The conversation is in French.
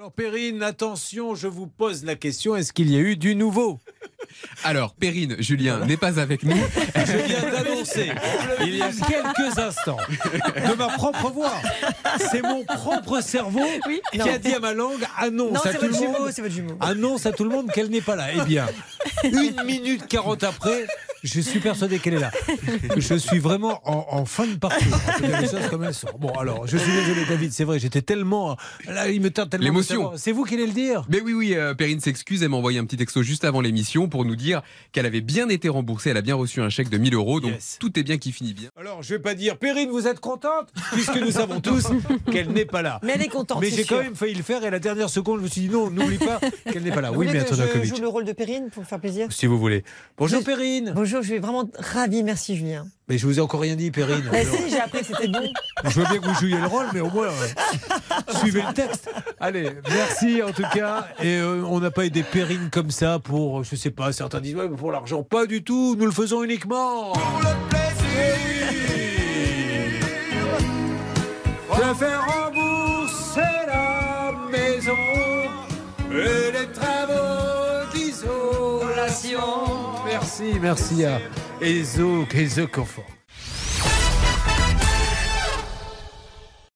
Alors Perrine, attention, je vous pose la question, est-ce qu'il y a eu du nouveau? Alors, Perrine, Julien n'est pas avec nous. Je viens d'annoncer, il y a quelques instants, de ma propre voix. C'est mon propre cerveau qui a dit à ma langue, annonce à tout le monde. C'est votre jumeau. Annonce à tout le monde qu'elle n'est pas là. Eh bien, 1 minute 40 après, je suis persuadé qu'elle est là. Je suis vraiment en fin de partie. On peut dire les choses comme elles sont. Bon, alors, je suis désolé, David, c'est vrai, j'étais tellement. Là, il me tarde tellement. L'émotion. C'est vous qui allez le dire? Mais oui, Perrine s'excuse. Elle m'a envoyé un petit texto juste avant l'émission pour nous dire qu'elle avait bien été remboursée. Elle a bien reçu un chèque de 1 000 €. Donc Yes. tout est bien qui finit bien. Alors, je vais pas dire, Perrine, vous êtes contente? Puisque nous savons tous qu'elle n'est pas là. Mais elle est contente. Mais c'est j'ai sûr. quand même failli le faire et à la dernière seconde, je me suis dit non, n'oublie pas qu'elle n'est pas là. Vous Oui, voulez mais que je Antonakovic. joue le rôle de Perrine pour vous faire plaisir? Si vous voulez. Bonjour Je- Perrine. Bonjour, je suis vraiment ravie, merci Julien. Mais je vous ai encore rien dit, Perrine. Mais Alors, si, j'ai appris que c'était bon. je veux bien que vous jouiez le rôle, mais au moins, suivez le texte. Allez, merci en tout cas. Et on n'a pas aidé Perrine comme ça pour, je sais pas, certains disent ouais, mais pour l'argent. Pas du tout, nous le faisons uniquement pour le plaisir de faire rembourser la maison et les travaux d'isolation. Merci à Ezo Confort.